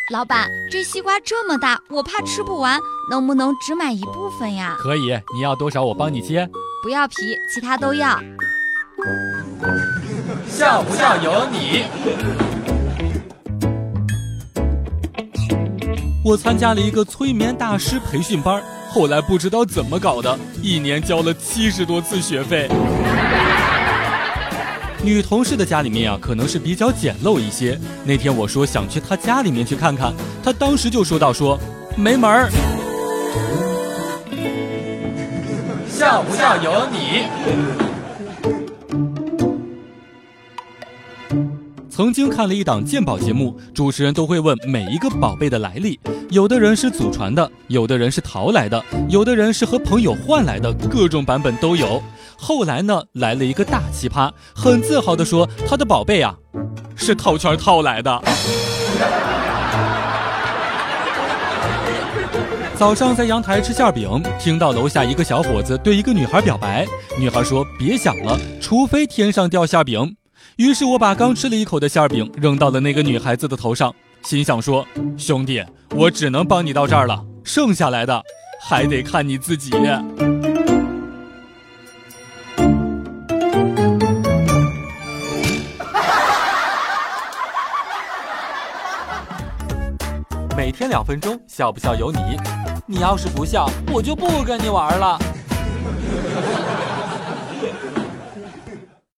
老板，这西瓜这么大，我怕吃不完，能不能只买一部分呀？ 可以，你要多少我帮你切。 不要皮，其他都要。 笑不笑由你。我参加了一个催眠大师培训班，后来不知道怎么搞的，1年交了70多次学费。女同事的家里面啊，可能是比较简陋一些。那天我说想去她家里面去看看，她当时就说没门儿。笑不笑由你。曾经看了一档鉴宝节目，主持人都会问每一个宝贝的来历，有的人是祖传的，有的人是淘来的，有的人是和朋友换来的，各种版本都有。后来呢，来了一个大奇葩，很自豪地说他的宝贝啊是套圈套来的。早上在阳台吃馅饼，听到楼下一个小伙子对一个女孩表白，女孩说别想了，除非天上掉馅饼。于是我把刚吃了一口的馅饼扔到了那个女孩子的头上，心想说兄弟，我只能帮你到这儿了，剩下来的还得看你自己。每天2分钟，笑不笑由你。你要是不笑，我就不跟你玩了。